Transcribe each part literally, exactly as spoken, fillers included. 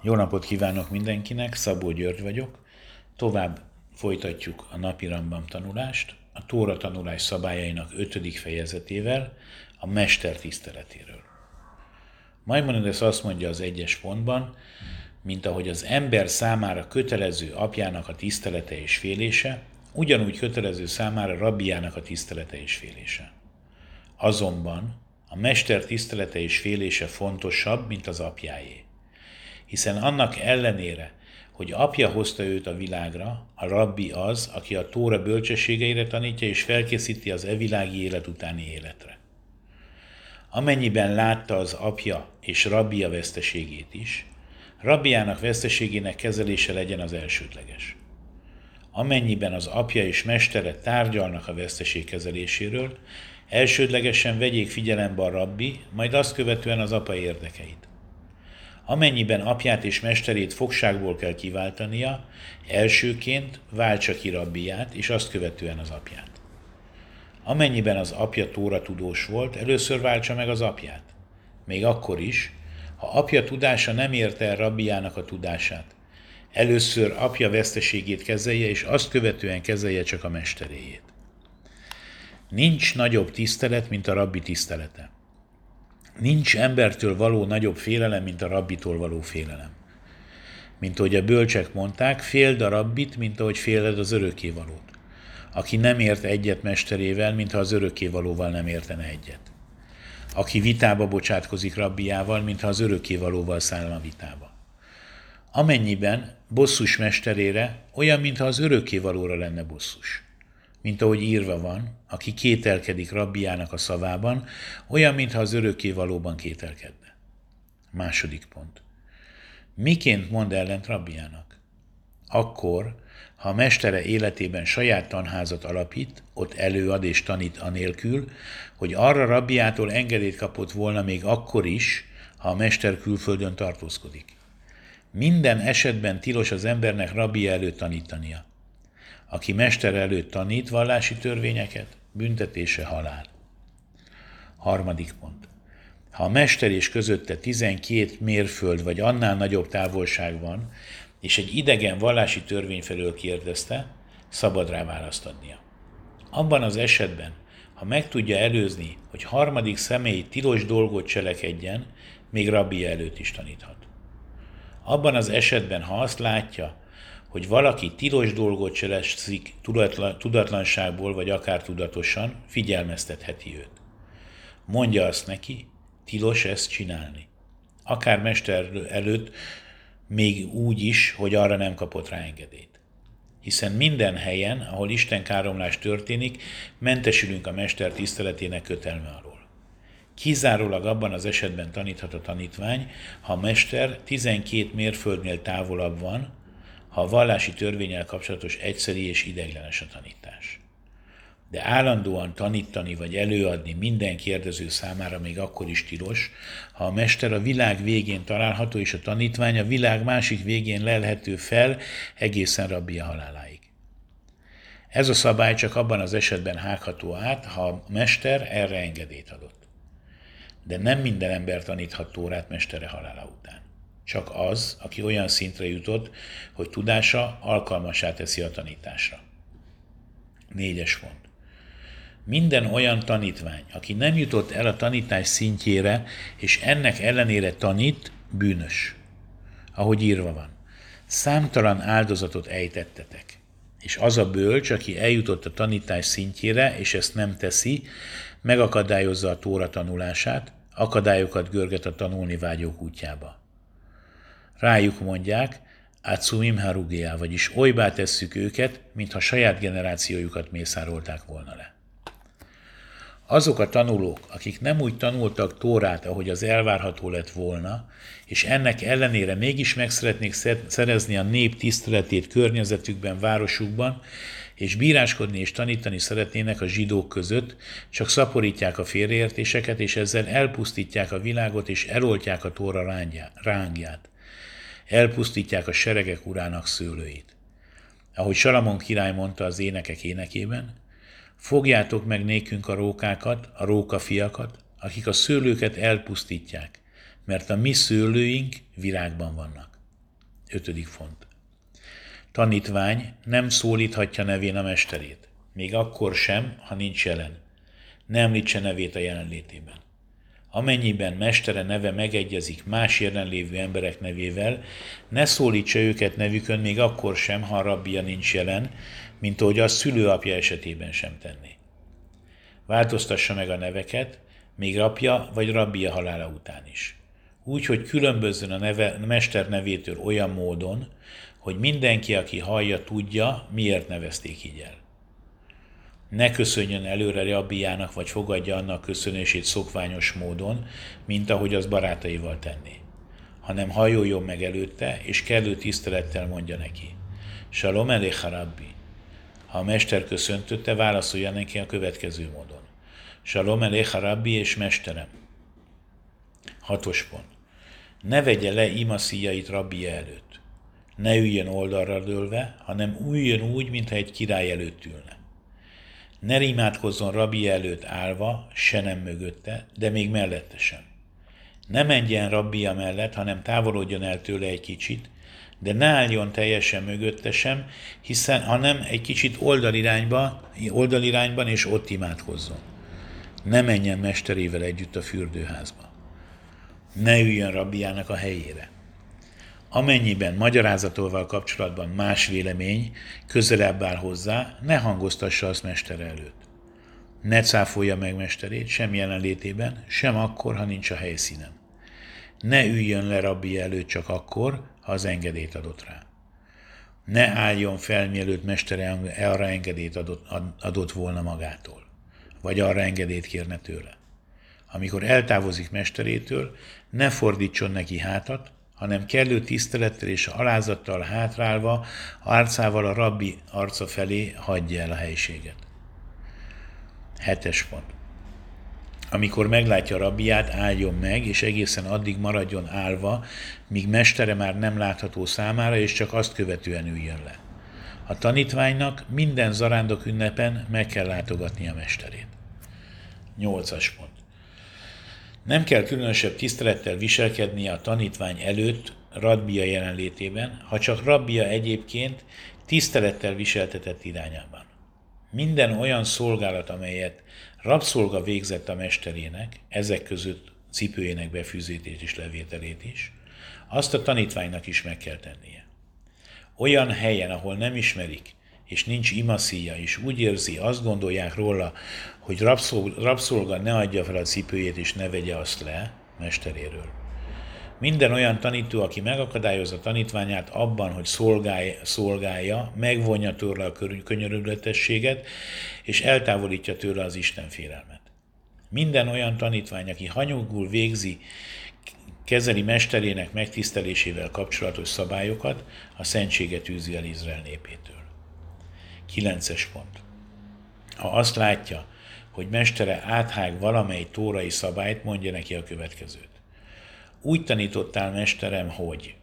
Jó napot kívánok mindenkinek, Szabó György vagyok. Tovább folytatjuk a napi Rambam tanulást, a Tóra tanulás szabályainak ötödik fejezetével, a mester tiszteletéről. Maimonides azt mondja az egyes pontban, mint ahogy az ember számára kötelező apjának a tisztelete és félése, ugyanúgy kötelező számára rabbiának a tisztelete és félése. Azonban a mester tisztelete és félése fontosabb, mint az apjáé. Hiszen annak ellenére, hogy apja hozta őt a világra, a rabbi az, aki a Tóra bölcsességeire tanítja és felkészíti az e világi élet utáni életre. Amennyiben látta az apja és rabbia veszteségét is, rabbiának veszteségének kezelése legyen az elsődleges. Amennyiben az apja és mestere tárgyalnak a veszteség kezeléséről, elsődlegesen vegyék figyelembe a rabbi, majd azt követően az apa érdekeit. Amennyiben apját és mesterét fogságból kell kiváltania, elsőként váltsa ki rabbiát, és azt követően az apját. Amennyiben az apja Tóra tudós volt, először váltsa meg az apját. Még akkor is, ha apja tudása nem érte el rabbiának a tudását. Először apja veszteségét kezelje, és azt követően kezelje csak a mesteréjét. Nincs nagyobb tisztelet, mint a rabbi tisztelete. Nincs embertől való nagyobb félelem, mint a rabbitól való félelem. Mint ahogy a bölcsek mondták, féld a rabbit, mint ahogy féled az örökkévalót. Aki nem ért egyet mesterével, mintha az örökkévalóval nem értene egyet. Aki vitába bocsátkozik rabbiával, mintha az örökkévalóval szállna vitába. Amennyiben bosszus mesterére, olyan, mintha az örökkévalóra lenne bosszus. Mint ahogy írva van, aki kételkedik rabbiának a szavában, olyan, mintha az örökkévalóban kételkedne. Második pont. Miként mond ellent rabbiának? Akkor, ha a mestere életében saját tanházat alapít, ott előad és tanít anélkül, hogy arra rabbiától engedélyt kapott volna még akkor is, ha a mester külföldön tartózkodik. Minden esetben tilos az embernek rabbia előtt tanítania. Aki mester előtt tanít vallási törvényeket, büntetése halál. Harmadik pont. Ha a mester és közötte tizenkét mérföld vagy annál nagyobb távolság van, és egy idegen vallási törvény felől kérdezte, szabad rá választ adnia. Abban az esetben, ha meg tudja előzni, hogy harmadik személy tilos dolgot cselekedjen, még rabbia előtt is taníthat. Abban az esetben, ha azt látja, hogy valaki tilos dolgot cselekszik tudatlanságból, vagy akár tudatosan, figyelmeztetheti őt. Mondja azt neki, tilos ezt csinálni. Akár mester előtt, még úgy is, hogy arra nem kapott rá engedélyt. Hiszen minden helyen, ahol istenkáromlás történik, mentesülünk a mester tiszteletének kötelme alól. Kizárólag abban az esetben taníthat a tanítvány, ha a mester tizenkét mérföldnél távolabb van, ha a vallási törvénnyel kapcsolatos egyszeri és ideiglenes a tanítás. De állandóan tanítani vagy előadni minden kérdező számára még akkor is tilos, ha a mester a világ végén található, és a tanítvány a világ másik végén lelhető fel egészen rabbia haláláig. Ez a szabály csak abban az esetben hágható át, ha a mester erre engedélyt adott. De nem minden ember taníthat Tórát mestere halála után. Csak az, aki olyan szintre jutott, hogy tudása alkalmassá teszi a tanításra. Négyes pont. Minden olyan tanítvány, aki nem jutott el a tanítás szintjére, és ennek ellenére tanít, bűnös. Ahogy írva van, számtalan áldozatot ejtettetek, és az a bölcs, aki eljutott a tanítás szintjére, és ezt nem teszi, megakadályozza a Tóra tanulását, akadályokat görget a tanulni vágyók útjába. Rájuk mondják, Atsumim Harugia, vagyis olybá tesszük őket, mintha saját generációjukat mészárolták volna le. Azok a tanulók, akik nem úgy tanultak Tórát, ahogy az elvárható lett volna, és ennek ellenére mégis meg szeretnék szerezni a nép tiszteletét környezetükben, városukban, és bíráskodni és tanítani szeretnének a zsidók között, csak szaporítják a félreértéseket, és ezzel elpusztítják a világot, és eloltják a Tóra rángját. Elpusztítják a seregek urának szőlőit. Ahogy Salamon király mondta az énekek énekében, fogjátok meg nékünk a rókákat, a rókafiakat, akik a szőlőket elpusztítják, mert a mi szőlőink virágban vannak. Ötödik font. Tanítvány nem szólíthatja nevén a mesterét, még akkor sem, ha nincs jelen. Ne említse nevét a jelenlétében. Amennyiben mestere neve megegyezik más jelenlévő emberek nevével, ne szólítsa őket nevükön még akkor sem, ha a rabbija nincs jelen, mint ahogy azt szülőapja esetében sem tenné. Változtassa meg a neveket, még apja vagy rabbija halála után is. Úgy, hogy különbözzön a, neve, a mester nevétől olyan módon, hogy mindenki, aki hallja, tudja, miért nevezték így el. Ne köszönjön előre rabbijának, vagy fogadja annak köszönését szokványos módon, mint ahogy az barátaival tenné, hanem hajoljon meg előtte, és kellő tisztelettel mondja neki: Shalom alecha rabbi. Ha a mester köszöntötte, válaszolja neki a következő módon: Shalom alecha rabbi és mesterem. Hatos pont. Ne vegye le imaszíjait rabbija előtt. Ne üljön oldalra dőlve, hanem üljön úgy, mintha egy király előtt ülne. Ne imádkozzon rabbija előtt állva, se nem mögötte, de még mellette sem. Ne menjen rabbija mellett, hanem távolodjon el tőle egy kicsit, de ne álljon teljesen mögötte sem, hiszen hanem egy kicsit oldalirányba, oldalirányban és ott imádkozzon. Ne menjen mesterével együtt a fürdőházba. Ne üljön rabbijának a helyére. Amennyiben magyarázatolval kapcsolatban más vélemény közelebb áll hozzá, ne hangoztassa azt mestere előtt. Ne cáfolja meg mesterét sem jelenlétében, sem akkor, ha nincs a helyszínen. Ne üljön le rabbi előtt csak akkor, ha az engedélyt adott rá. Ne álljon fel, mielőtt mestere arra engedélyt adott, adott volna magától, vagy arra engedélyt kérne tőle. Amikor eltávozik mesterétől, ne fordítson neki hátat, hanem kellő tisztelettel és alázattal hátrálva, arcával a rabbi arca felé hagyja el a helységet. Hetes pont. Amikor meglátja a rabbiját, álljon meg, és egészen addig maradjon állva, míg mestere már nem látható számára, és csak azt követően üljön le. A tanítványnak minden zarándok ünnepen meg kell látogatni a mesterét. Nyolcas pont. Nem kell különösebb tisztelettel viselkednie a tanítvány előtt, rabbija jelenlétében, ha csak rabbija egyébként tisztelettel viseltetett irányában. Minden olyan szolgálat, amelyet rabszolga végzett a mesterének, ezek között cipőjének befűzését és levételét is, azt a tanítványnak is meg kell tennie. Olyan helyen, ahol nem ismerik, és nincs imaszíja, és úgy érzi, azt gondolják róla, hogy rabszolga ne adja fel a cipőjét, és ne vegye azt le mesteréről. Minden olyan tanító, aki megakadályozza tanítványát abban, hogy szolgálja, szolgálja megvonja tőle a könyörületességet, és eltávolítja tőle az istenfélelmet. Minden olyan tanítvány, aki hanyagul végzi, kezeli mesterének megtisztelésével kapcsolatos szabályokat, a szentséget űzi el Izrael népétől. Kilences pont. Ha azt látja, hogy mestere áthág valamely tórai szabályt, mondja neki a következőt. Úgy tanítottál, mesterem, hogy.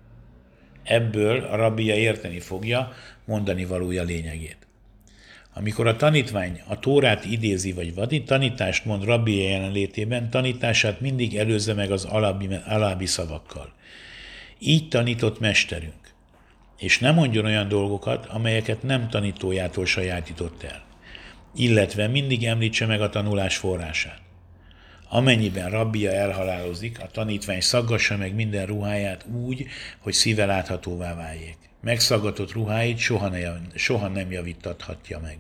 Ebből a rabbija érteni fogja mondani valója lényegét. Amikor a tanítvány a tórát idézi vagy vadi, tanítást mond rabbija jelenlétében, tanítását mindig előzze meg az alábbi, alábbi szavakkal. Így tanított mesterünk, és ne mondjon olyan dolgokat, amelyeket nem tanítójától sajátított el, illetve mindig említse meg a tanulás forrását. Amennyiben rabbija elhalálozik, a tanítvány szaggassa meg minden ruháját úgy, hogy szíve láthatóvá váljék. Megszaggatott ruháit soha, ne, soha nem javítathatja meg.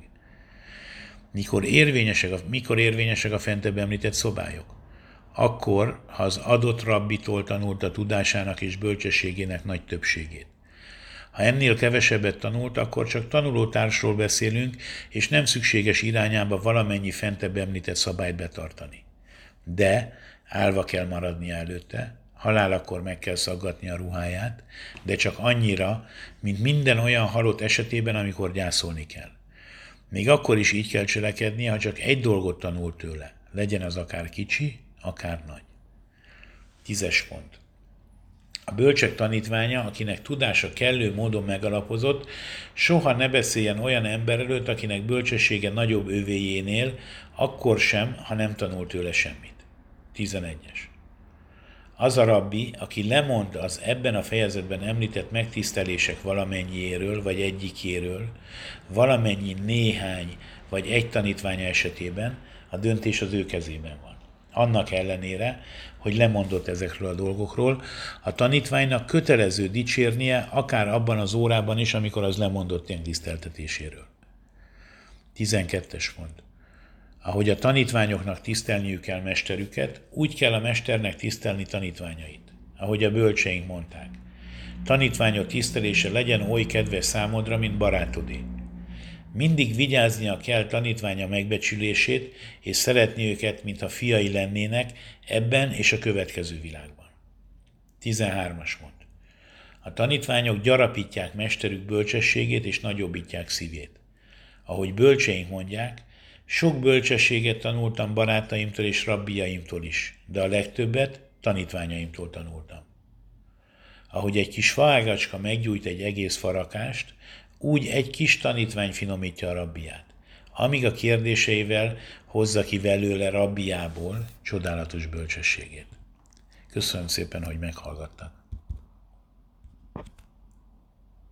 Mikor érvényesek, a, mikor érvényesek a fentebb említett szabályok? Akkor, ha az adott rabbitól tanulta tudásának és bölcsességének nagy többségét. Ha ennél kevesebbet tanult, akkor csak tanulótársról beszélünk, és nem szükséges irányába valamennyi fentebb említett szabályt betartani. De állva kell maradnia előtte, halálakor meg kell szaggatni a ruháját, de csak annyira, mint minden olyan halott esetében, amikor gyászolni kell. Még akkor is így kell cselekednie, ha csak egy dolgot tanult tőle, legyen az akár kicsi, akár nagy. Tízes pont. A bölcsek tanítványa, akinek tudása kellő módon megalapozott, soha ne beszéljen olyan ember előtt, akinek bölcsessége nagyobb övéjénél, akkor sem, ha nem tanult tőle semmit. tizenegyes. Az a rabbi, aki lemond az ebben a fejezetben említett megtisztelések valamennyiéről, vagy egyikéről, valamennyi néhány, vagy egy tanítványa esetében, a döntés az ő kezében van. Annak ellenére, hogy lemondott ezekről a dolgokról, a tanítványnak kötelező dicsérnie akár abban az órában is, amikor az lemondott ilyen tiszteltetéséről. tizenkettes pont. Ahogy a tanítványoknak tisztelniük kell mesterüket, úgy kell a mesternek tisztelni tanítványait. Ahogy a bölcseink mondták. Tanítványok tisztelése legyen oly kedves számodra, mint barátodé. Mindig vigyáznia kell tanítványa megbecsülését, és szeretni őket, mintha fiai lennének ebben és a következő világban. tizenhármas pont. A tanítványok gyarapítják mesterük bölcsességét és nagyobbítják szívét. Ahogy bölcseink mondják, sok bölcsességet tanultam barátaimtól és rabbiaimtól is, de a legtöbbet tanítványaimtól tanultam. Ahogy egy kis faágacska meggyújt egy egész farakást, úgy egy kis tanítvány finomítja a rabbiát, amíg a kérdéseivel hozza ki belőle rabbiából csodálatos bölcsességét. Köszönöm szépen, hogy meghallgattak.